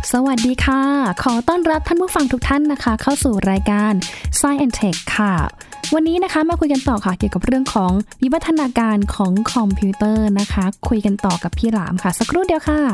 สวัสดีค่ะขอต้อนรับท่านผู้ฟังทุกท่านนะคะเข้าสู่รายการ Science and Tech ค่ะวันนี้นะคะมาคุยกันต่อค่ะเกี่ยวกับเรื่องของวิวัฒนาการของคอมพิวเตอร์นะคะคุยกันต่อกับพี่หลามค่ะสักครู่เดียวค่ะ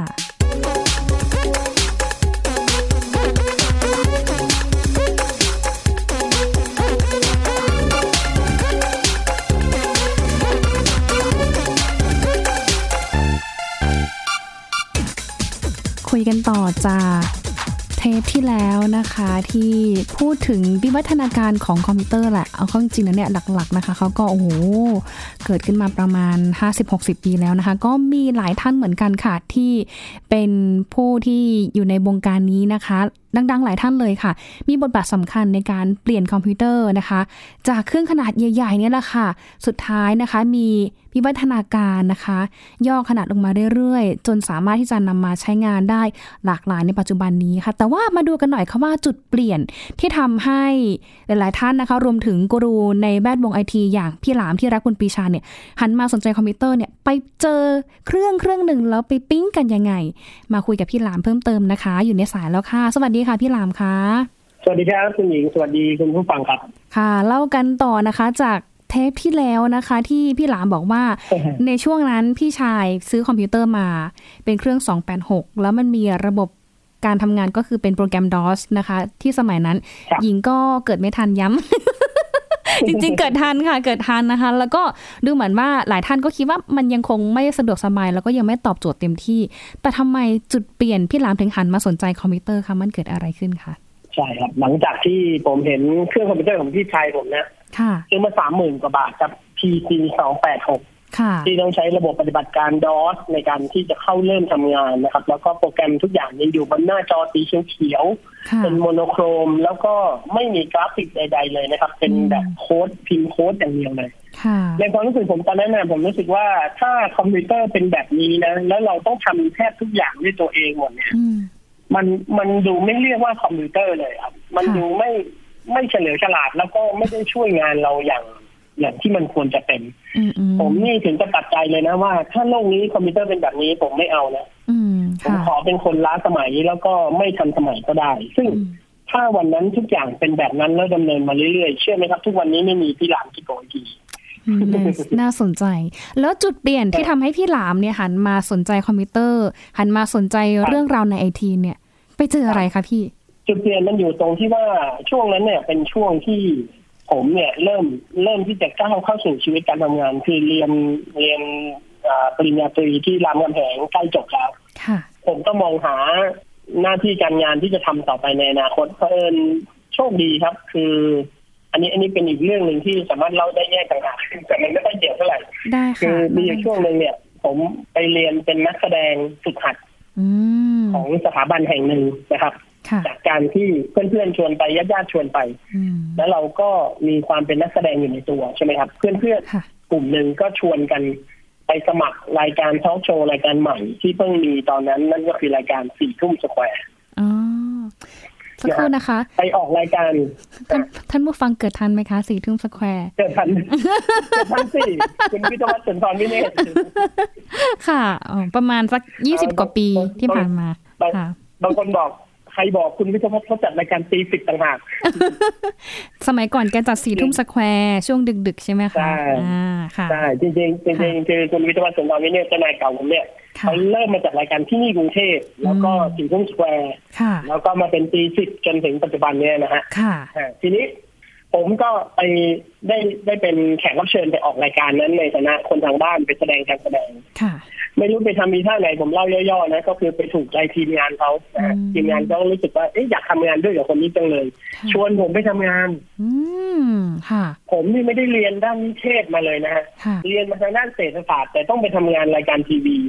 คุยกันต่อจากเทปที่แล้วนะคะที่พูดถึงวิวัฒนาการของคอมพิวเตอร์แหละเอาเข้าจริงๆแล้วเนี่ยหลักๆนะคะเขาก็เกิดขึ้นมาประมาณ 50-60 ปีแล้วนะคะก็มีหลายท่านเหมือนกันค่ะที่เป็นผู้ที่อยู่ในวงการนี้นะคะดังๆหลายท่านเลยค่ะมีบทบาทสำคัญในการเปลี่ยนคอมพิวเตอร์นะคะจากเครื่องขนาดใหญ่ๆเนี่ยแหละค่ะสุดท้ายนะคะมีวิวัฒนาการนะคะย่อขนาดลงมาเรื่อยๆจนสามารถที่จะนำมาใช้งานได้หลากหลายในปัจจุบันนี้ค่ะแต่ว่ามาดูกันหน่อยค่ะว่าจุดเปลี่ยนที่ทำให้หลายๆท่านนะคะรวมถึงกูรูในแวดวงไอทีอย่างพี่หลามที่รักคุณปีชาเนี่ยหันมาสนใจคอมพิวเตอร์เนี่ยไปเจอเครื่องหนึ่งแล้วไปปิ๊งกันยังไงมาคุยกับพี่หลามเพิ่มเติมนะคะอยู่ในสายแล้วค่ะสวัสดีค่ะพี่หลามค่ะสวัสดีครับคุณหญิงสวัสดีคุณผู้ฟังครับค่ะเล่ากันต่อนะคะจากเทปที่แล้วนะคะที่พี่หลามบอกว่า ในช่วงนั้นพี่ชายซื้อคอมพิวเตอร์มาเป็นเครื่อง286แล้วมันมีระบบการทำงานก็คือเป็นโปรแกรม DOS นะคะที่สมัยนั้นหญิงก็เกิดไม่ทันย้ำ จริงๆเกิดทันค่ะเกิดทันนะคะแล้วก็ดูเหมือนว่าหลายท่านก็คิดว่ามันยังคงไม่สะดวกสบายแล้วก็ยังไม่ตอบโจทย์เต็มที่แต่ทำไมจุดเปลี่ยนพี่หลามถึงหันมาสนใจคอมพิวเตอร์คะมันเกิดอะไรขึ้นคะใช่ครับหลังจากที่ผมเห็นเครื่องคอมพิวเตอร์ของพี่ชายผมเนี่ยซื้อมา 30,000 กว่าบาทครับ PC 286ที่ต้องใช้ระบบปฏิบัติการ DOS ในการที่จะเข้าเริ่มทำงานนะครับแล้วก็โปรแกรมทุกอย่างยังอยู่บนหน้าจอสีเขียวๆเป็นโมโนโครมแล้วก็ไม่มีกราฟิกใดๆเลยนะครับเป็นแบบโค้ดพิมพ์โค้ดอย่างเดียวเลยในความรู้สึกผมตอนนั้นนะผมรู้สึกว่าถ้าคอมพิวเตอร์เป็นแบบนี้นะแล้วเราต้องทำแทบทุกอย่างด้วยตัวเองหมดเนี่ยมันดูไม่เรียกว่าคอมพิวเตอร์เลยครับมันดูไม่เฉลียวฉลาดแล้วก็ไม่ได้ช่วยงานเราอย่างที่มันควรจะเป็นผมนี่ถึงจะตัดใจเลยนะว่าถ้าโลกนี้คอมพิวเตอร์เป็นแบบนี้ผมไม่เอานะผมขอเป็นคนล้าสมัยแล้วก็ไม่ทันสมัยก็ได้ซึ่งถ้าวันนั้นทุกอย่างเป็นแบบนั้นแล้วดำเนินมาเรื่อยๆเชื่อไหมครับทุกวันนี้ไม่มีพี่หลามที่โกยทีน่าสนใจแล้วจุดเปลี่ยนที่ทำให้พี่หลามเนี่ยหันมาสนใจคอมพิวเตอร์หันมาสนใจเรื่องราวในไอทีเนี่ยไปเจออะไรคะพี่จุดเปลี่ยนมันอยู่ตรงที่ว่าช่วงนั้นเนี่ยเป็นช่วงที่ผมเนี่ยเริ่มที่จะก้าวเข้าสู่ชีวิตการทำงานคือเรียนปริญญาตรีที่รามคำแหงใกล้จบแล้วผมก็มองหาหน้าที่การงานที่จะทำต่อไปในอนาคตเผอิญโชคดีครับคืออันนี้เป็นอีกเรื่องหนึ่งที่สามารถเล่าได้แยกต่างหากแต่มันไม่ค่อยเกี่ยวเท่าไหร่คือมีช่วงนึงเนี่ยผมไปเรียนเป็นนักแสดงฝึกหัดของสถาบันแห่งหนึ่งนะครับจากการที่เพื่อนๆชวนไปญาติๆชวนไปแล้วเราก็มีความเป็นนักแสดงอยู่ในตัวใช่ไหมครับเพื่อนๆกลุ่มหนึ่งก็ชวนกันไปสมัครรายการทอล์กโชว์รายการใหม่ที่เพิ่งมีตอนนั้นนั่นก็คือรายการ4 ทุ่มสแควร์สักครู่นะคะไปออกรายการท่านผู้ฟังเกิดทันไหมคะ4 ทุ่มสแควร์เกิดทันสิคุณวิทยาวัฒน์สุนทรวิเนศค่ะประมาณสัก20 กว่าปีที่ผ่านมาค่ะบางคนบอกใครบอกคุณวิทยาวัฒน์เขาจัดรายการตี 10ต่างหากสมัยก่อนแกจัด4 ทุ่มสแควร์ช่วงดึกๆใช่ไหมคะใช่จริงๆคือคุณวิทยาวัฒน์สุนทรวิเนศเจ้านายเก่าผมเนี่ยเขาเริ่มมาจากรายการที่นี่กรุงเทพแล้วก็4 ทุ่มสแควร์แล้วก็มาเป็นตี 10จนถึงปัจจุบันเนี่ยนะฮะทีนี้ผมก็ไปได้เป็นแขกรับเชิญไปออกรายการนั้นในฐานะคนทางบ้านไปแสดงการแสดงไม่รู้ไปทำมีท่าไหนผมเล่าย่อๆนะก็คือไปถูกใจทีมงานเขาทีมงานเขารู้สึกว่าอยากทำงานด้วยกับคนนี้จังเลยชวนผมไปทำงานผมนี่ไม่ได้เรียนด้านนิเทศมาเลยนะฮะเรียนมาทางด้านเศรษฐศาสตร์แต่ต้องไปทำงานรายการทีวี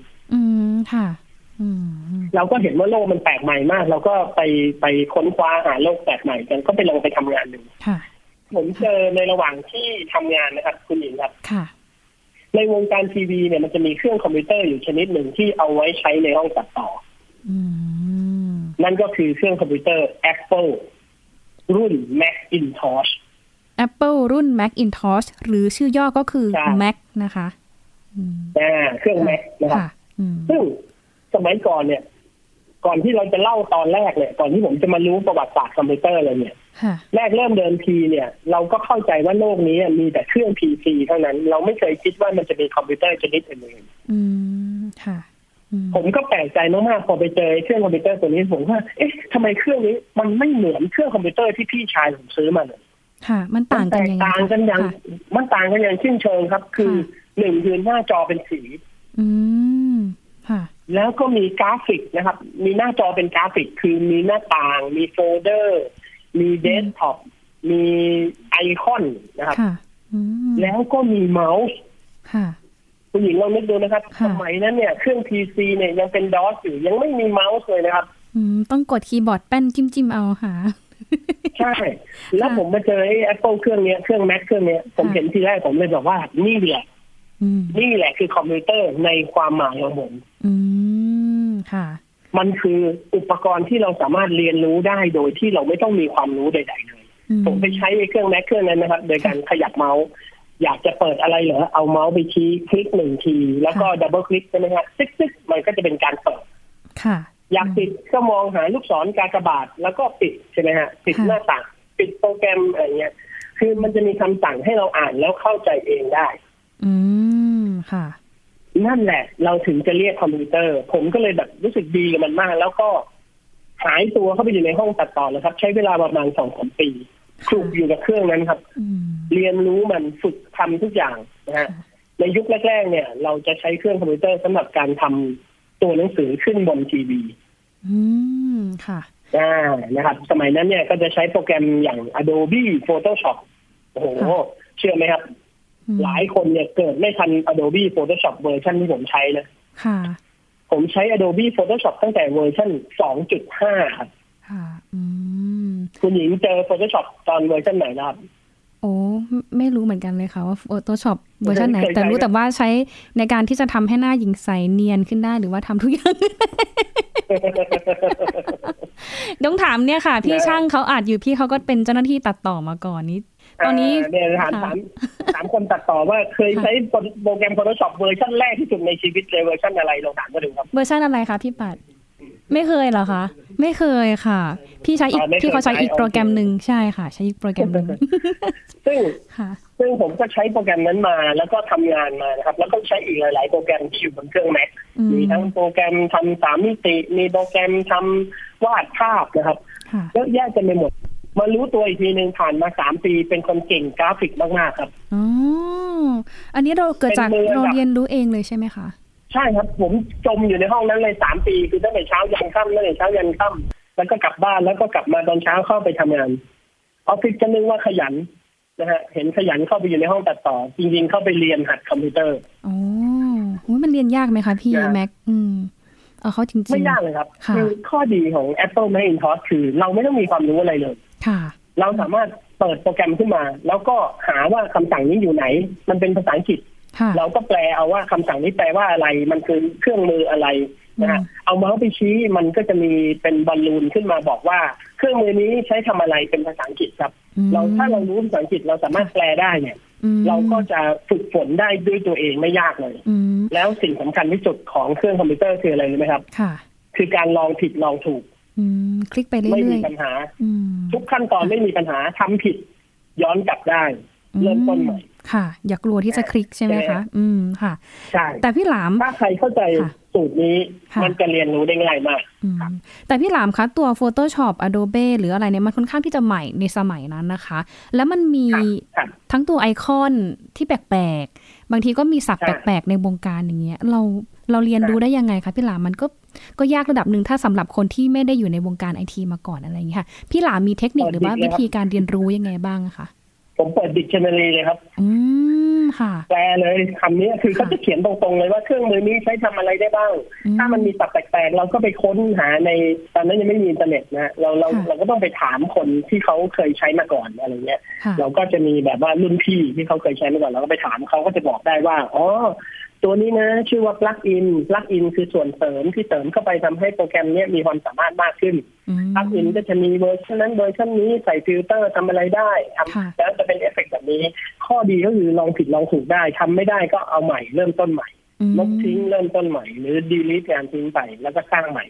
เราก็เห็นว่าโลกมันแปลกใหม่มากเราก็ไปค้นคว้าหาโลกแปลกใหม่กันก็ไปลองไปทำงานดูผมเจอในระหว่างที่ทำงานนะครับคุณหญิงครับในวงการทีวีเนี่ยมันจะมีเครื่องคอมพิวเตอร์อยู่ชนิดหนึ่งที่เอาไว้ใช้ในห้องตัดต่อนั่นก็คือเครื่องคอมพิวเตอร์ Apple รุ่น Macintosh Apple รุ่น Macintosh หรือชื่อย่อก็คือ Mac นะคะเครื่อง Mac นะครับซึ่งสมัยก่อนเนี่ยก่อนที่เราจะเล่าตอนแรกเนี่ยก่อนที่ผมจะมารู้ประวัติศาสตร์คอมพิวเตอร์เลยเนี่ยแรกเริ่มเดิมทีเนี่ยเราก็เข้าใจว่าโลกนี้มีแต่เครื่อง PC เท่านั้นเราไม่เคยคิดว่ามันจะมีคอมพิวเตอร์ชนิดอื่นค่ะผมก็แปลกใจมากๆพอไปเจอเครื่องคอมพิวเตอร์ตัวนี้ผมว่าเอ๊ะทำไมเครื่องนี้มันไม่เหมือนเครื่องคอมพิวเตอร์ที่พี่ชายผมซื้อมาเลยค่ะมันต่างกันยังไงมันต่างกันอย่างสิ้นเชิงครับคือหนึ่งคือหน้าจอเป็นสีค่ะแล้วก็มีกราฟิกนะครับมีหน้าจอเป็นกราฟิกคือมีหน้าต่างมีโฟลเดอร์มีเดสก์ท็อปมีไอคอนนะครับแล้วก็มีเมาส์คุณหญิงลองนึกดูนะครับสมัยนั้นเนี่ยเครื่อง PC เนี่ยยังเป็น DOS อยู่ยังไม่มีเมาส์เลยนะครับต้องกดคีย์บอร์ดแป้นจิ้มเอาค่ะใช่แล้วผมมาเจอไอ้ Apple เครื่องเนี้ยเครื่อง Mac เครื่องเนี้ยผมเห็นทีแรกผมเลยบอกว่านี่แหละคือคอมพิวเตอร์ในความหมายของผมค่ะมันคืออุปกรณ์ที่เราสามารถเรียนรู้ได้โดยที่เราไม่ต้องมีความรู้ใดๆเลยผมไปใช้เครื่อง Mac เครื่องนั้นนะครับโดยการขยับเมาส์อยากจะเปิดอะไรเหรอเอาเมาส์ไปชี้คลิกหนึ่งทีแล้วก็ดับเบิลคลิกใช่ไหมฮะติ๊กๆมันก็จะเป็นการเปิดค่ะอยากปิดก็มองหาลูกศรกากบาทแล้วก็ปิดใช่ไหมฮะปิดหน้าต่างปิดโปรแกรมอะไรเงี้ยคือมันจะมีคำสั่งให้เราอ่านแล้วเข้าใจเองได้ค่ะนั่นแหละเราถึงจะเรียกคอมพิวเตอร์ผมก็เลยแบบรู้สึกดีกับมันมากแล้วก็หายตัวเข้าไปอยู่ในห้องตัดต่อแล้วครับใช้เวลาประมาณ 2-3 ปีคลุกอยู่กับเครื่องนั้นครับเรียนรู้มันฝึกทำทุกอย่างนะฮะในยุคแรกๆเนี่ยเราจะใช้เครื่องคอมพิวเตอร์สำหรับการทำตัวหนังสือขึ้นบนทีวีค่ะนะครับสมัยนั้นเนี่ยก็จะใช้โปรแกรมอย่าง Adobe Photoshop โอ้โหเชื่อไหมครับหลายคนเนี่ยเกิดไม่ทัน Adobe Photoshop เวอร์ชันที่ผมใช้นะผมใช้ Adobe Photoshop ตั้งแต่เวอร์ชัน 2.5 ครับคุณหญิงเจอ Photoshop ตอนเวอร์ชันไหนครับโอ้ไม่รู้เหมือนกันเลยค่ะว่า Photoshop เวอร์ชันไหนแต่รู้แต่ว่าใช้ในการที่จะทำให้หน้าหญิงใสเนียนขึ้นได้หรือว่าทำทุกอย่างต้องถามเนี่ยค่ะพี่ช่างเขาอาจอยู่พี่เขาก็เป็นเจ้าหน้าที่ตัดต่อมาก่อนนี้ตอนนี้เนี่ยถามคนตัดต่อว่าเคยใช้โปรแกรม Photoshop เวอร์ชันแรกที่สุดในชีวิตเลยเวอร์ชันอะไรลองถามมาดูครับเวอร์ชันอะไรคะพี่ปัดไม่เคยเหรอคะไม่เคยค่ะพี่ใช้อีกพี่เขาใช้อีกโปรแกรมนึงใช่ค่ะใช้อีกโปรแกรมนึงซึ่งผมก็ใช้โปรแกรมนั้นมาแล้วก็ทำงานมานะครับแล้วก็ใช้อีกหลายๆโปรแกรมที่อยู่บนเครื่อง Mac มีทั้งโปรแกรมทำ3 มิติมีโปรแกรมทำวาดภาพนะครับเยอะแยะจนไปหมดมารู้ตัวอีกทีนึงผ่านมา3 ปีเป็นคนเก่งกราฟิกมากๆครับอ๋ออันนี้เราเกิดจากเราเรียนรู้เองเลยใช่ไหมคะใช่ครับผมจมอยู่ในห้องนั้นเลย3 ปีคือตั้งแต่เช้ายันค่ำตั้งแต่เช้ายันค่ำแล้วก็กลับบ้านแล้วก็กลับมาตอนเช้าเข้าไปทำงานออฟฟิศจะนึกว่าขยันนะฮะเห็นขยันเข้าไปอยู่ในห้องตัดต่อจริงๆเข้าไปเรียนหัดคอมพิวเตอร์อ๋อมันเรียนยากไหมคะพี่แม็กเขาจริงๆไม่ยากเลยครับคือข้อดีของ Apple Macintosh คือเราไม่ต้องมีความรู้อะไรเลยค่ะเราสามารถเปิดโปรแกรมขึ้นมาแล้วก็หาว่าคำสั่งนี้อยู่ไหนมันเป็นภาษาอังกฤษเราก็แปลเอาว่าคำสั่งนี้แปลว่าอะไรมันคือเครื่องมืออะไรนะฮะเอาเมาส์ไปชี้มันก็จะมีเป็นบอลลูนขึ้นมาบอกว่าเครื่องมือนี้ใช้ทำอะไรเป็นภาษาอังกฤษครับเราถ้าเรารู้ภาษาอังกฤษเราสามารถแปลได้เนี่ยเราก็จะฝึกฝนได้ด้วยตัวเองไม่ยากเลยแล้วสิ่งสำคัญที่สุดของเครื่องคอมพิวเตอร์คืออะไรรู้ไหมครับคือการลองผิดลองถูกคลิกไปเรื่อยๆไม่มีปัญหาทุกขั้นตอนไม่มีปัญหาทำผิดย้อนกลับได้เริ่มต้นใหม่ค่ะอย่ากลัวที่จะคลิกใช่ไหมคะค่ะใช่แต่พี่หลามถ้าใครเข้าใจสูตรนี้มันจะเรียนรู้ได้ง่ายมากแต่พี่หลามคะตัว Photoshop Adobe หรืออะไรเนี่ยมันค่อนข้างที่จะใหม่ในสมัยนั้นนะคะแล้วมันมีทั้งตัวไอคอนที่แปลกๆบางทีก็มีศัพท์แปลกๆในวงการอย่างเงี้ยเราเรียนรู้ได้ยังไงคะพี่หลามมันก็ยากระดับนึงถ้าสำหรับคนที่ไม่ได้อยู่ในวงการไอทีมาก่อนอะไรอย่างเงี้ยค่ะพี่หลามมีเทคนิคหรือว่าวิธีการเรียนรู้ยังไงบ้างคะผมเปิด Dictionary เลยครับค่ะแปลเลยคำนี้คือเขาจะเขียนตรงๆเลยว่าเครื่องมือนี้ใช้ทำอะไรได้บ้างถ้ามันมีศัพท์แปลกๆเราก็ไปค้นหาในตอนนั้นยังไม่มีอินเทอร์เน็ตนะเราก็ต้องไปถามคนที่เขาเคยใช้มาก่อนอะไรเงี้ยเราก็จะมีแบบว่ารุ่นพี่ที่เขาเคยใช้มาก่อนเราก็ไปถามเขาก็จะบอกได้ว่าอ๋อตัวนี้นะชื่อว่า plug-in คือส่วนเสริมที่เสริมเข้าไปทำให้โปรแกรมนี้มีความสามารถมากขึ้น plug-in ก็จะมีเวอร์ชันนั้นเวอร์ชันนี้ใส่ฟิลเตอร์ทำอะไรได้ทำแล้วจะเป็นเอฟเฟกต์แบบนี้ข้อดีก็คือลองผิดลองถูกได้ทำไม่ได้ก็เอาใหม่เริ่มต้นใหม่ลบทิ้งเริ่มต้นใหม่หรือ delete งานทิ้งไปแล้วก็สร้างใหม่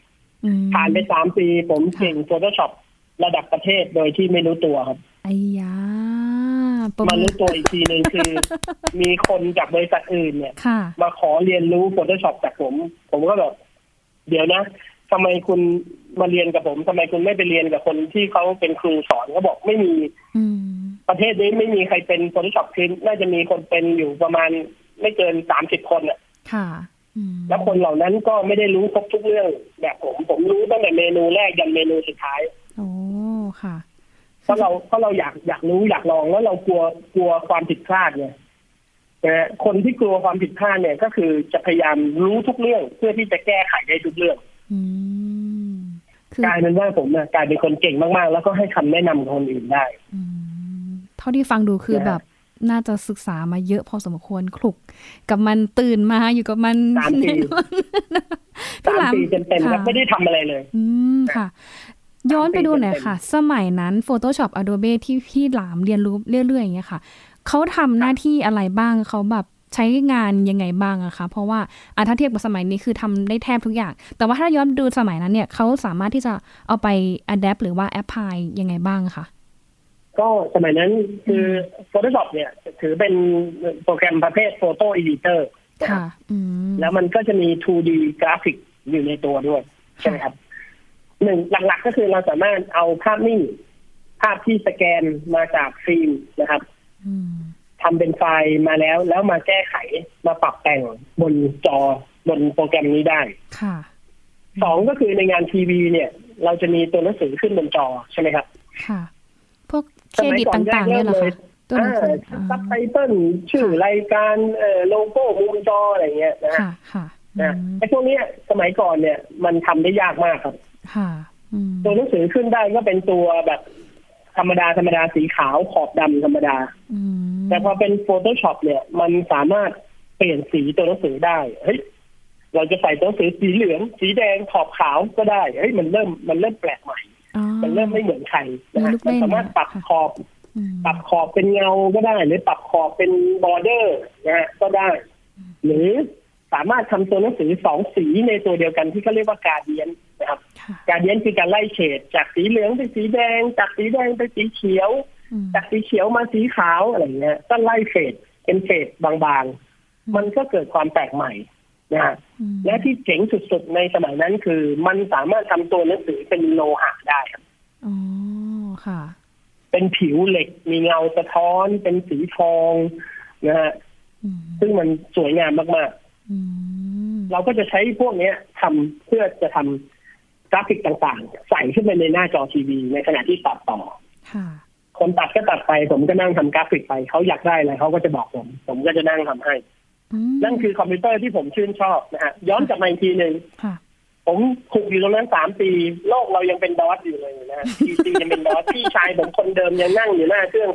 ผ่านไป3 ปีผมเก่ง Photoshop ระดับประเทศโดยที่ไม่รู้ตัวครับไอ้ยามารู้ตัวอีกทีนึงคือ มีคนจากบริษัทอื่นเนี่ยมาขอเรียนรู้ Photoshop จากผมก็แบบเดี๋ยวนะทำไมคุณมาเรียนกับผมทำไมคุณไม่ไปเรียนกับคนที่เขาเป็นครูสอนเขาบอกไม่มีประเทศนี้ไม่มีใครเป็น Photoshop คือน่าจะมีคนเป็นอยู่ประมาณไม่เกิน30 คนอ่ะแล้วคนเหล่านั้นก็ไม่ได้รู้ครบทุกเรื่องแบบผมรู้ตั้งแต่เมนูแรกยันเมนูสุดท้ายโอ้ค่ะเพราะเราอยากรู้อยากลองแล้วเรากลัวความผิดพลาดเนี่ยแต่คนที่กลัวความผิดพลาดเนี่ยก็คือจะพยายามรู้ทุกเรื่องเพื่อที่จะแก้ไขได้ทุกเรื่องกลายเป็นว่าผมกลายเป็นคนเก่งมากๆแล้วก็ให้คำแนะนำคนอื่นได้เท่าที่ฟังดูคือแบบน่าจะศึกษามาเยอะพอสมควรคลุกกับมันตื่นมาอยู่กับมัน 3 ปีเต็มๆครับไม่ได้ทำอะไรเลยค่ะย้อนไปดูหน่อยค่ะสมัยนั้น Photoshop Adobe ที่พี่หลามเรียนรู้เรื่อยๆอย่างเงี้ยค่ะเขาทำหน้าที่อะไรบ้างเขาแบบใช้งานยังไงบ้างอะคะเพราะว่าถ้าเทียบกับสมัยนี้คือทำได้แทบทุกอย่างแต่ว่าถ้าย้อนดูสมัยนั้นเนี่ยเขาสามารถที่จะเอาไป adapt หรือว่า apply ยังไงบ้างคะก็สมัยนั้นคือ Photoshop เนี่ยถือเป็นโปรแกรมประเภท Photo Editor ค่ะแล้วมันก็จะมี 2D กราฟิกอยู่ในตัวด้วยใช่ไหมครับหลักๆก็คือเราสามารถเอาภาพนิ่งภาพที่สแกนมาจากฟิล์มนะครับทำเป็นไฟล์มาแล้วมาแก้ไขมาปรับแต่งบนจอบนโปรแกรมนี้ได้ค่ะ 2ก็คือในงานทีวีเนี่ยเราจะมีตัวหนังสือขึ้นบนจอใช่ไหมครับค่ะพวกเครดิตต่างๆเนี่ยเหรอคะตัวหนังสือซับไตเติ้ลชื่อรายการโลโก้มุมจออะไรเงี้ยนะฮะไอ้พวกนี้สมัยก่อนเนี่ยมันทำได้ยากมากครับตัวหนังสือขึ้นได้ก็เป็นตัวแบบธรรมดาสีขาวขอบดำธรรมดาแต่พอเป็น Photoshop เนี่ยมันสามารถเปลี่ยนสีตัวหนังสือได้เฮ้ยเราจะใส่ตัวหนังสือสีเหลืองสีแดงขอบขาวก็ได้เฮ้ยมันเริ่มแปลกใหม่มันเริ่มไม่เหมือนใครนะฮะมันสามารถปรับขอบเป็นเงาก็ได้หรือปรับขอบเป็นบอร์เดอร์นะฮะก็ได้หรือสามารถทำตัวหนังสือ2 สีในตัวเดียวกันที่เขาเรียกว่าการเดียนนะครับการเดียนคือการไล่เฉดจากสีเหลืองไปสีแดงจากสีแดงไปสีเขียวจากสีเขียวมาสีขาวอะไรเงี้ยก็ไล่เฟดเป็นเฟดบางๆมันก็เกิดความแปลกใหม่นะฮะและที่เจ๋งสุดๆในสมัยนั้นคือมันสามารถทำตัวหนังสือเป็นโลหะได้ครับอ๋อค่ะเป็นผิวเหล็กมีเงาสะท้อนเป็นสีทองนะฮะซึ่งมันสวยงามมากๆเราก็จะใช้พวกนี้ทำเพื่อจะทำกราฟิกต่างๆใส่ขึ้นไปในหน้าจอทีวีในขณะที่ตัดต่อคนตัดก็ตัดไปผมก็นั่งทำกราฟิกไปเขาอยากได้อะไรเขาก็จะบอกผมก็จะนั่งทำให้นั่นคือคอมพิวเตอร์ที่ผมชื่นชอบนะฮะย้อนกลับมาอีกทีนึงผมคุกอยู่ตรงนั้น3 ปีโลกเรายังเป็นดอทอยู่เลยนะฮะ PC ยังเป็นดอทพี่ชายผมคนเดิมยังนั่งอยู่หน้าเครื่อง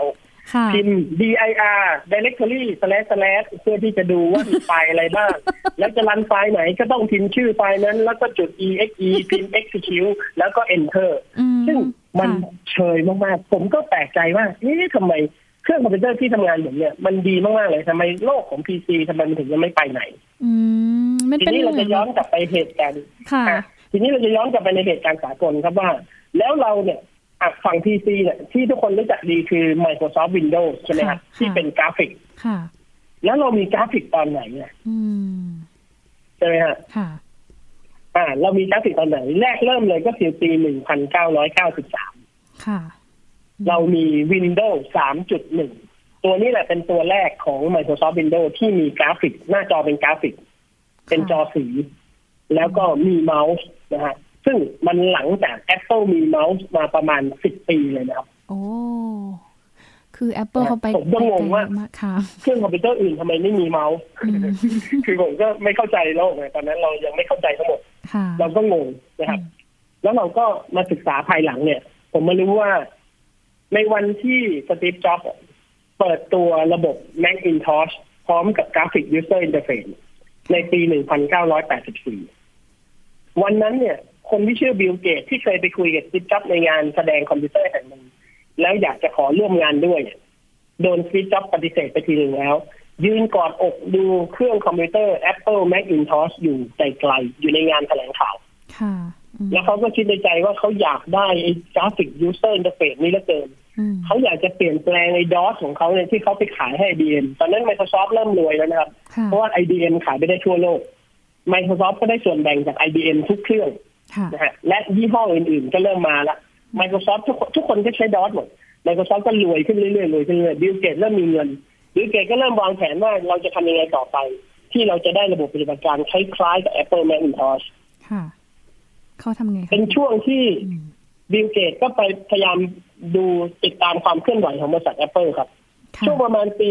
286พิมพ์ dir directory / เพื่อที่จะดูว่ามีไฟล์อะไรบ้างแล้วจะรันไฟล์ไหนก็ต้องพิมพ์ชื่อไฟล์นั้นแล้วก็จุด exe พิมพ์ execute แล้วก็ enter ซึ่งมันเชยมากๆผมก็แปลกใจว่าทำไมเครื่องคอมพิวเตอร์ที่ทำงานแบบเนี้ยมันดีมากๆเลยทำไมโลกของ PC ทำไมมันถึงยังไม่ไปไหนทีนี้เราจะย้อนกลับไปเหตุการณ์ทีนี้เราจะย้อนกลับไปในเหตุการณ์สากลครับว่าแล้วเราเนี่ยฝั่ง PC เนี่ยที่ทุกคนรู้จักดีคือ Microsoft Windows ใช่ไหมครับที่เป็นกราฟิกแล้วเรามีกราฟิกตอนไหนเนี่ยใช่ไหมฮะเรามีกราฟิกตอนไหนแรกเริ่มเลยก็คือปี1993เรามี Windows 3.1 ตัวนี้แหละเป็นตัวแรกของ Microsoft Windows ที่มีกราฟิกหน้าจอเป็นกราฟิกเป็นจอสีแล้วก็มีเมาส์นะฮะซึ่งมันหลังจาก Apple มีเมาส์มาประมาณ10 ปีเลยนะครับโอ้คือ Apple เขาไปผมก็งงว่าเครื่องคอมพิวเตอร์อื่นทำไมไม่มีเมาส์คือผมก็ไม่เข้าใจโลกเลยตอนนั้นเรายังไม่เข้าใจทั้งหมดเราก็งงนะครับแล้วเราก็มาศึกษาภายหลังเนี่ยผมมารู้ว่าในวันที่สตีฟ จ็อบส์เปิดตัวระบบ Macintosh พร้อมกับ Graphic User Interface ในปี 1984 วันนั้นเนี่ยคนที่ชื่อบิล เกตส์ที่เคยไปคุยกับสตีฟ จ็อบส์ในงานแสดงคอมพิวเตอร์แห่งหนึ่งแล้วอยากจะขอร่วมงานด้วยโดนสตีฟ จ็อบส์ปฏิเสธไปทีหนึ่งแล้วยืนกอดอกดูเครื่องคอมพิวเตอร์ Apple Macintosh อยู่ไกลๆอยู่ในงานแถลงข่าวแล้วเขาก็คิดในใจว่าเขาอยากได้ไอ้กราฟิก user interface นี้เหลือเกินเขาอยากจะเปลี่ยนแปลงไอ้ DOS ของเขาเนี่ยที่เขาไปขายให้ IBM ตอนนั้น Microsoft เริ่มรวยแล้วนะครับเพราะว่า IBM ขายไปได้ทั่วโลก Microsoft ก็ได้ส่วนแบ่งจาก IBM ทุกเครื่องนะฮะและยี่ห้ออื่นๆก็เริ่มมาละ Microsoft ทุกคนก็ใช้ DOS หมด Microsoft ก็รวยขึ้นเรื่อยๆรวยขึ้นเรื่อยๆ Bill Gates เริ่มมีเงิน Bill Gates ก็เริ่มวางแผนว่าเราจะทำยังไงต่อไปที่เราจะได้ระบบปฏิบัติการคล้ายๆกับ Apple Macintosh ค่ะเขาทำไงเป็นช่วงที่ Bill Gates ก็ไปพยายามดูติดตามความเคลื่อนไหวของบริษัท Apple ครับช่วงประมาณปี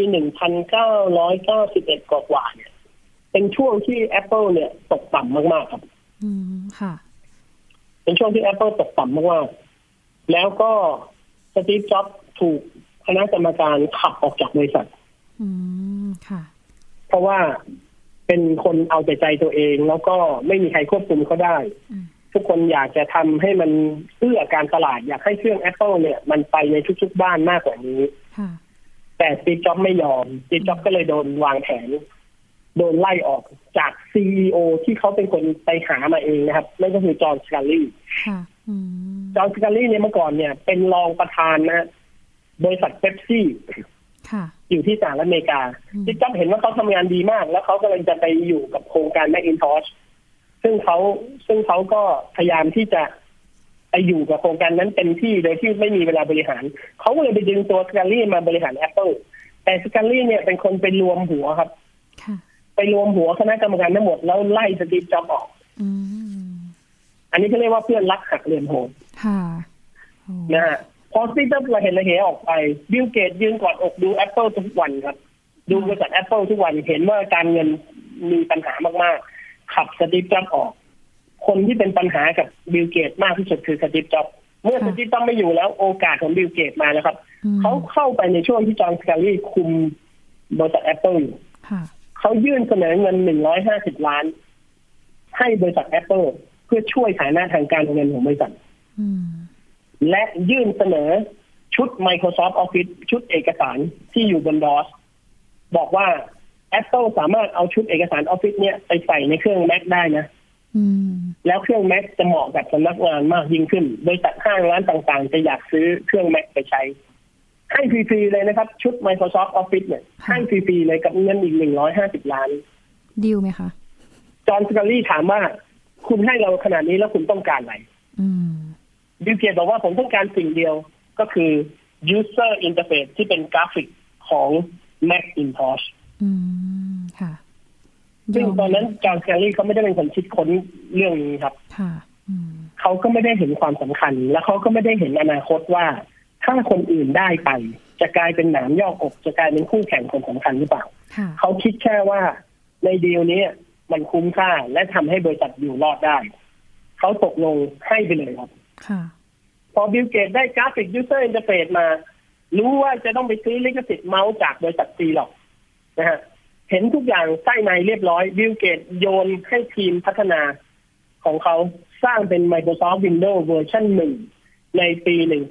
1991 กว่าๆเนี่ยเป็นช่วงที่ Apple เนี่ยตกต่ำมากๆครับค่ะเป็นช่วงที่ Apple ตกต่ำมากๆแล้วก็สตีฟ จ็อบส์ถูกคณะกรรมการขับออกจากบริษัทค่ะเพราะว่าเป็นคนเอาแต่ใจตัวเองแล้วก็ไม่มีใครควบคุมเขาได้ทุกคนอยากจะทำให้มันเอื้อการตลาดอยากให้เครื่อง Apple เนี่ยมันไปในทุกๆบ้านมากกว่านี้แต่สตีฟ จ็อบส์ไม่ยอมสตีฟ จ็อบส์ก็เลยโดนวางแผนโดนไล่ออกจาก CEO ที่เขาเป็นคนไปหามาเองนะครับนั่นก็คือจอห์น สแกลลี่จอห์น สแกลลี่เนี่ยเมื่อก่อนเนี่ยเป็นรองประธานนะบริษัทเป๊ปซี่อยู่ที่สหรัฐอเมริกาสตีฟ จ็อบส์เห็นว่าเขาทำงานดีมากแล้วเขาก็เลยจะไปอยู่กับโครงการ Macintosh ซึ่งเขาก็พยายามที่จะไปอยู่กับโครงการนั้นเต็มที่โดยที่ไม่มีเวลาบริหารเขาก็เลยไปดึงตัวสแกลลี่มาบริหาร Apple แต่สแกลลี่เนี่ยเป็นคนไปรวมหัวครับไปรวมหัวคณะกรรมการทั้งหมดแล้วไล่สตีฟ จ็อบส์ออกอันนี้เขาเรียกว่าเพื่อนรักหักเหลี่ยมโหดนะฮะพอสตีฟ จ็อบส์ระเหออกไปบิล เกตส์ยืนกอดอกดู Apple ทุกวันครับดูบริษัท Apple ทุกวันเห็นว่าการเงินมีปัญหามากๆขับสตีฟ จ็อบส์ออกคนที่เป็นปัญหากับบิล เกตส์มากที่สุดคือสตีฟ จ็อบส์เมื่อสตีฟ จ็อบส์ไม่อยู่แล้วโอกาสของบิล เกตส์มาแล้วครับเขาเข้าไปในช่วงที่จอห์น สแกลลี่คุมบริษัท Apple อยู่เขายื่นเสนอเงิน150 ล้านให้บริษัท Apple เพื่อช่วยฐานะทางการเงินของบริษัทและยื่นเสนอชุด Microsoft Office ชุดเอกสารที่อยู่บน DOS บอกว่า Apple สามารถเอาชุดเอกสาร Office เนี่ยไปใส่ในเครื่อง Mac ได้นะแล้วเครื่อง Mac จะเหมาะกับสำนักงานมากยิ่งขึ้นบริษัทห้างร้านต่างๆจะอยากซื้อเครื่อง Mac ไปใช้ให้ฟรีๆเลยนะครับชุด Microsoft Office เนี่ยให้ฟรีๆเลยกับเงินอีก150 ล้านดีลไหมคะจอห์น สแกลลี่ถามว่าคุณให้เราขนาดนี้แล้วคุณต้องการอะไรบิล เกตส์บอกว่าผมต้องการสิ่งเดียวก็คือ user interface ที่เป็นกราฟิกของ Macintosh ค่ะซึ่งตอนนั้นจอห์น สแกลลี่เขาไม่ได้เป็นคนคิดค้นเรื่องนี้ครับเขาก็ไม่ได้เห็นความสำคัญและเขาก็ไม่ได้เห็นอนาคตว่าถ้าคนอื่นได้ไปจะกลายเป็นหนามยอกอกจะกลายเป็นคู่แข่งคนสำคัญหรือเปล่าเขาคิดแค่ว่าในดีลนี้มันคุ้มค่าและทำให้บริษัทอยู่รอดได้เขาตกลงให้ไปเลยครับพอบิล เกตส์ได้กราฟิก user interface มารู้ว่าจะต้องไปซื้อลิขสิทธิ์เมาส์จากบริษัทซีหรอกนะฮะเห็นทุกอย่างใต้ในเรียบร้อยบิล เกตส์โยนให้ทีมพัฒนาของเขาสร้างเป็น Microsoft Windows เวอร์ชัน1ในปี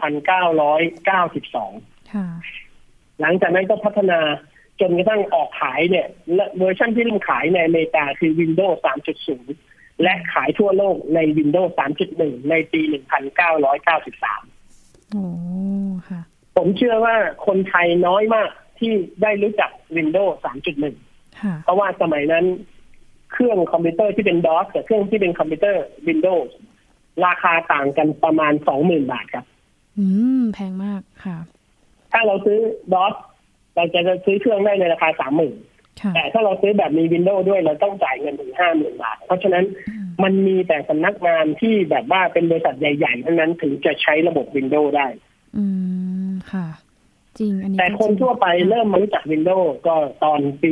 1992 หลังจากนั้นก็พัฒนาจนกระทั่งออกขายเนี่ยเวอร์ชันที่เริ่มขายในอเมริกาคือ Windows 3.0 และขายทั่วโลกใน Windows 3.1 ในปี 1993 โอ้ค่ะผมเชื่อว่าคนไทยน้อยมากที่ได้รู้จัก Windows 3.1 เพราะว่าสมัยนั้นเครื่องคอมพิวเตอร์ที่เป็น DOS กับเครื่องที่เป็นคอมพิวเตอร์ Windows ราคาต่างกันประมาณ 20,000 บาทครับแพงมากค่ะถ้าเราซื้อ DOS เราจะซื้อเครื่องได้ในราคา 30,000 แต่ถ้าเราซื้อแบบมี Windows ด้วยเราต้องจ่ายเงินถึง 50,000 บาทเพราะฉะนั้นมันมีแต่สำนักงานที่แบบว่าเป็นบริษัทใหญ่ๆเท่านั้นถึงจะใช้ระบบ Windows ได้ค่ะจริงอันนี้แต่คนทั่วไปเริ่มมารู้จัก Windows ก็ตอนปี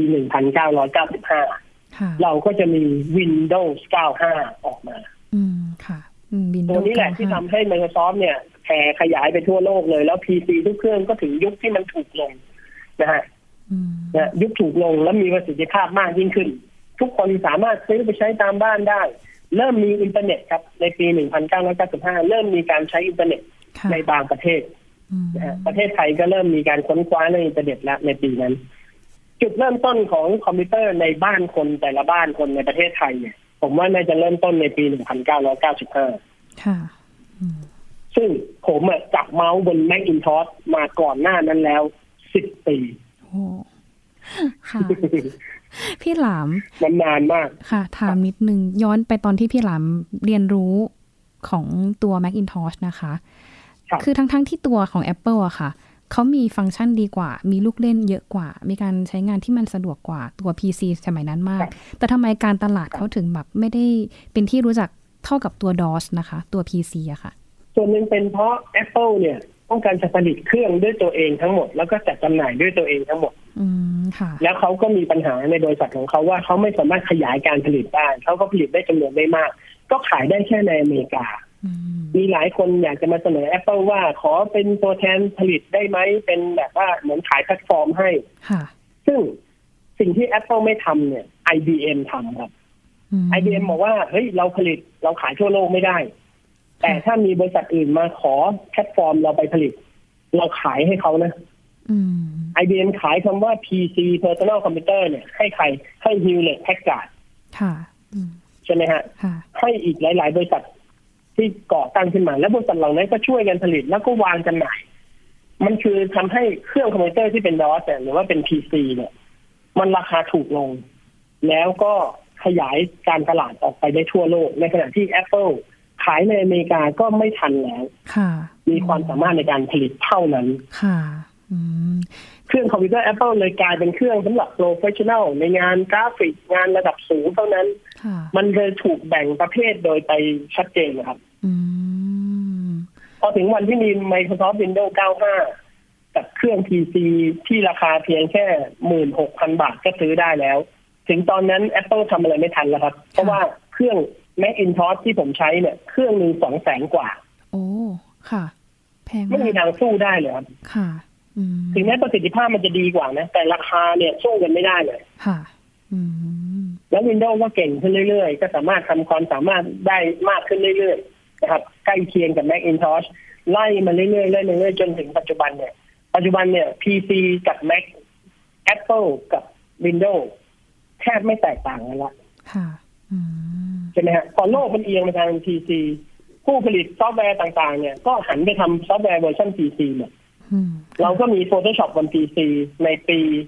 1995 เราก็จะมี Windows 95 ออกมาค่ะตัวนี้แหละที่ทำให้ Microsoft เนี่ยแผ่ขยายไปทั่วโลกเลยแล้ว PC ทุกเครื่องก็ถึงยุคที่มันถูกลงนะฮะยุคถูกลงแล้วมีประสิทธิภาพมากยิ่งขึ้นทุกคนสามารถซื้อไปใช้ตามบ้านได้เริ่มมีอินเทอร์เน็ตครับในปี 1995 เริ่มมีการใช้อินเทอร์เน็ตในบางประเทศประเทศไทยก็เริ่มมีการค้นคว้าในอินเทอร์เน็ตแล้วในปีนั้นจุดเริ่มต้นของคอมพิวเตอร์ในบ้านคนแต่ละบ้านคนในประเทศไทยเนี่ยผมว่าน่าจะเริ่มต้นในปี 1995 ค่ะซึ่งผมจับเมาส์บน Macintosh มาก่อนหน้านั้นแล้ว10 ปีโอ้ค่ะพี่หลามมันนานมากค่ะถามนิดนึงย้อนไปตอนที่พี่หลามเรียนรู้ของตัว Macintosh นะคะคือทั้งที่ตัวของ Apple อะค่ะเขามีฟังก์ชันดีกว่ามีลูกเล่นเยอะกว่ามีการใช้งานที่มันสะดวกกว่าตัว PC สมัยนั้นมากแต่ทำไมการตลาดเขาถึงแบบไม่ได้เป็นที่รู้จักเท่ากับตัว DOS นะคะตัว PC อะค่ะส่วนหนึ่งเป็นเพราะ Apple เนี่ยต้องการจะผลิตเครื่องด้วยตัวเองทั้งหมดแล้วก็จัดจำหน่ายด้วยตัวเองทั้งหมดค่ะแล้วเขาก็มีปัญหาในบริษัทของเขาว่าเขาไม่สามารถขยายการผลิตได้เขาก็ผลิตได้จำนวนไม่มากก็ขายได้แค่ในอเมริกามีหลายคนอยากจะมาเสนอ Apple ว่าขอเป็นตัวแทนผลิตได้ไหมเป็นแบบว่าเหมือนขายแพลตฟอร์มให้ซึ่งสิ่งที่ Apple ไม่ทำเนี่ย IBM ทำครับ IBM บอกว่าเฮ้ยเราผลิตเราขายทั่วโลกไม่ได้แต่ถ้ามีบริษัทอื่นมาขอแพลตฟอร์มเราไปผลิตเราขายให้เขานะIBM ขายคำว่า PC Personal Computer เนี่ยให้ใครให้ Hewlett Packard ใช่ไหมฮะให้อีกหลายๆบริษัทที่ก่อตั้งขึ้นมาแล้วบริษัทเหล่านั้นก็ช่วยกันผลิตแล้วก็วางจำหน่ายมันคือทำให้เครื่องคอมพิวเตอร์ที่เป็น DOS หรือว่าเป็น PC เนี่ยมันราคาถูกลงแล้วก็ขยายการตลาดออกไปได้ทั่วโลกในขณะที่ Apple ขายในอเมริกาก็ไม่ทันแล้วมีความสามารถในการผลิตเท่านั้นเครื่องคอมพิวเตอร์ Apple เลยกลายเป็นเครื่องสำหรับ Professional ในงานกราฟิกงานระดับสูงเท่านั้นมันเลยถูกแบ่งประเภทโดยไปชัดเจนนะครับพอถึงวันที่มี Microsoft Windows 95 กับเครื่อง PC ที่ราคาเพียงแค่ 16,000 บาทก็ซื้อได้แล้วถึงตอนนั้น Apple ทำอะไรไม่ทันแล้วครับเพราะว่าเครื่อง Macintosh ที่ผมใช้เนี่ยเครื่องนึง 200,000 กว่าโอ้ค่ะแพงไม่มีทางสู้ได้เลยครับค่ะถึงแม้ประสิทธิภาพมันจะดีกว่านะแต่ราคาเนี่ยสู้กันไม่ได้เลยค่ะแล้ว Windows ก็เก่งขึ้นเรื่อยๆก็สามารถทำความสามารถได้มากขึ้นเรื่อยๆนะครับใกล้เคียงกับ Macintosh ไล่มาเรื่อยๆเรื่อยๆจนถึงปัจจุบันเนี่ย PC กับ Mac Apple กับ Windows แทบไม่แตกต่างกันละค่ะใช่ไหมฮะพอโลกมันเอียงไปทาง PC ผู้ผลิตซอฟต์แวร์ต่างๆเนี่ยก็หันไปทำซอฟต์แวร์เวอร์ชัน PC หมดเราก็มี Photoshop บน PC ในปี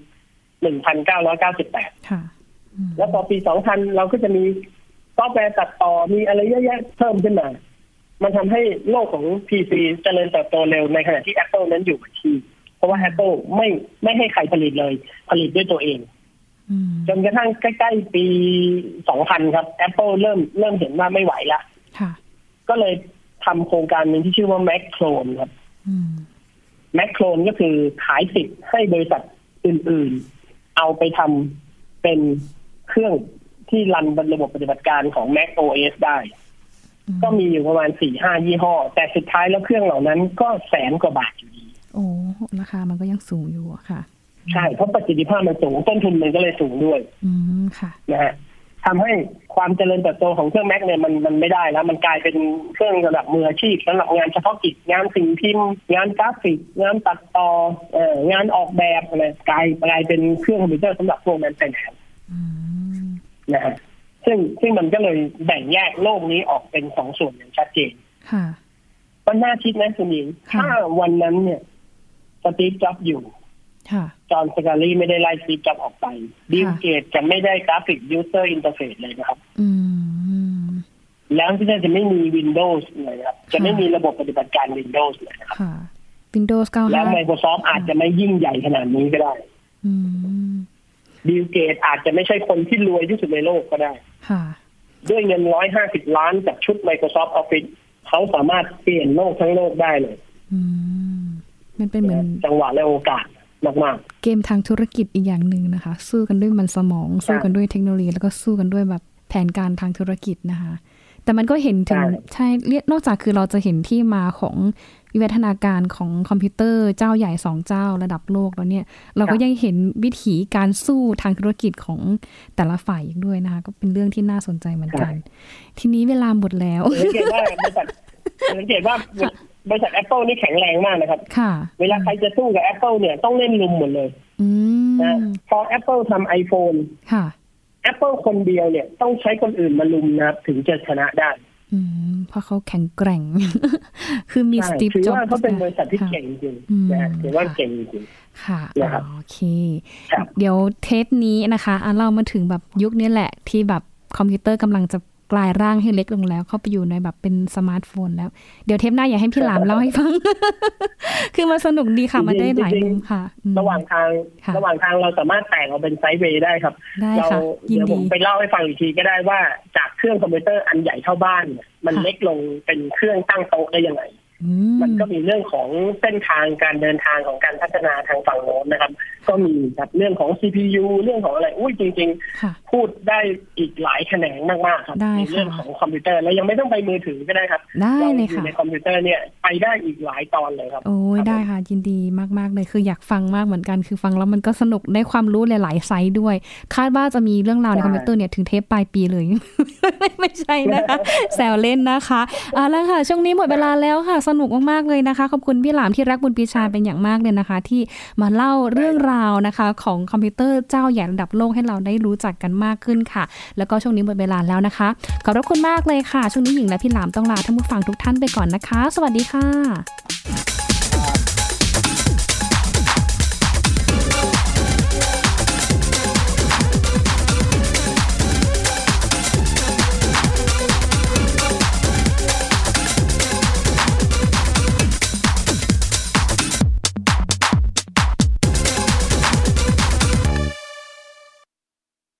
1998 ค่ะแล้วพอปี 2000 เราก็จะมีซอฟต์แวร์ตัดต่อมีอะไรเยอะแยะเพิ่มขึ้นมามันทำให้โลกของ PC เจริญเติบโตเร็วในขณะที่ Apple นั้นอยู่กับที่เพราะว่า Apple ไม่ให้ใครผลิตเลยผลิตด้วยตัวเองจนกระทั่งใกล้ๆปี 2000 ครับ Apple เริ่มเห็นว่าไม่ไหวละก็เลยทำโครงการหนึ่งที่ชื่อว่า Mac Clone ครับMac Clone ก็คือขายสิทธิ์ให้บริษัทอื่นๆเอาไปทำเป็นเครื่องที่รันบนระบบปฏิบัติการของ Mac OS ได้ก็มีอยู่ประมาณ 4-5 ยี่ห้อแต่สุดท้ายแล้วเครื่องเหล่านั้นก็100,000 กว่าบาทอยู่ดีโอ้ราคามันก็ยังสูงอยู่ค่ะใช่เพราะประสิทธิภาพมันสูงต้นทุนมันก็เลยสูงด้วยค่ะนะฮะทำให้ความเจริญเติบโตของเครื่อง Mac เนี่ยมันไม่ได้แล้วมันกลายเป็นเครื่องระดับมืออาชีพสำหรับงานเฉพาะกิจงานสิ่งพิมพ์งานกราฟิกงานตัดต่องานออกแบบอะไรกลายเป็นเครื่องคอมพิวเตอร์สำหรับพวกนั้นไปแล้วนะฮะซึ่งมันก็เลยแบ่งแยกโลกนี้ออกเป็น2 ส่วนอย่างชัดเจนมันน่าคิดนะคุณหญิงถ้าวันนั้นเนี่ยสตีฟ จ็อบส์อยู่จอห์น สกาลีไม่ได้ไล่สตีฟ จ็อบส์ออกไปบิล เกตส์จะไม่ได้กราฟิกยูเซอร์อินเทอร์เฟซเลยนะครับแล้วที่จะไม่มี Windows เลยครับจะไม่มีระบบปฏิบัติการ Windows เลยนะครับ Windows 95 แล้ว Microsoft อาจจะไม่ยิ่งใหญ่ขนาดนี้ก็ได้บิล เกตส์อาจจะไม่ใช่คนที่รวยที่สุดในโลกก็ได้ด้วยเงิน150 ล้านจากชุด Microsoft Office เขาสามารถเปลี่ยนโลกทั้งโลกได้เลยมันเป็นเหมือนจังหวะและโอกาสมากๆเกมทางธุรกิจอีกอย่างหนึ่งนะคะสู้กันด้วยมันสมองสู้กันด้วยเทคโนโลยีแล้วก็สู้กันด้วยแบบแผนการทางธุรกิจนะคะแต่มันก็เห็นถึงใช่นอกจากคือเราจะเห็นที่มาของวิวัฒนาการของคอมพิวเตอร์เจ้าใหญ่2 เจ้าระดับโลกแล้วเนี่ยเราก็ยังเห็นวิถีการสู้ทางธุรกิจของแต่ละฝ่ายอีกด้วยนะคะก็เป็นเรื่องที่น่าสนใจเหมือนกันทีนี้เวลาหมดแล้วสังเกตว่าบริษัท Apple นี่แข็งแรงมากนะครับเวลาใครจะสู้กับ Apple เนี่ยต้องเล่นลุมหมดเลยนะพอ Apple ทำ iPhone Apple คนเดียวเนี่ยต้องใช้คนอื่นมาลุมนะครับถึงจะชนะได้เพราะเขาแข็งแกร่ง คือมีสตีฟจ็อบส์ถือว่าเขาเป็นบริษัทที่เก่งจริงนะถือว่าเก่งจริงค่ะโอเคเดี๋ยวเทปนี้นะคะเรามาถึงแบบยุคนี้แหละที่แบบคอมพิวเตอร์กำลังจะกลายร่างให้เล็กลงแล้วเข้าไปอยู่ในแบบเป็นสมาร์ทโฟนแล้วเดี๋ยวเทปหน้าอยากให้พี่หลามเล่าให้ฟัง คือมันสนุกดีค่ะมาได้หลายมุมค่ะระหว่างทางเราสามารถแต่งเอาเป็นไซด์เวย์ได้ครับเราเดี๋ยวผมไปเล่าให้ฟังอีกทีก็ได้ว่าจากเครื่องคอมพิวเตอร์อันใหญ่เท่าบ้านมันเล็กลงเป็นเครื่องตั้งโต๊ะได้ยังไงมันก็มีเรื่องของเส้นทางการเดินทางของการพัฒนาทางฝั่งโน้นนะครับก็มีครับเรื่องของ CPU เรื่องของอะไรจริงๆพูดได้อีกหลายแขนงมากๆครับในเรื่องของคอมพิวเตอร์แล้วยังไม่ต้องไปมือถือก็ได้ครับได้เลยค่ะในคอมพิวเตอร์เนี่ยไปได้อีกหลายตอนเลยครับโอ้ยได้ค่ะยินดีมากๆเลยคืออยากฟังมากเหมือนกันคือฟังแล้วมันก็สนุกได้ความรู้หลายๆไซส์ด้วยคาดว่าจะมีเรื่องราวในคอมพิวเตอร์เนี่ยถึงเทปปลายปีเลย ไม่ใช่นะคะแซวเล่นนะคะแล้วค่ะช่วงนี้หมดเวลาแล้วค่ะสนุกมากๆเลยนะคะขอบคุณพี่หลามที่รักบุญปีชาเป็นอย่างมากเลยนะคะที่มาเล่าเรื่องราวนะคะของคอมพิวเตอร์เจ้าใหญ่ระดับโลกให้เราได้รู้จักกันมากขึ้นค่ะแล้วก็ช่วงนี้หมดเวลาแล้วนะคะขอบคุณมากเลยค่ะช่วงนี้หญิงและพี่หลามต้องลาท่านผู้ฟังทุกท่านไปก่อนนะคะสวัสดีค่ะ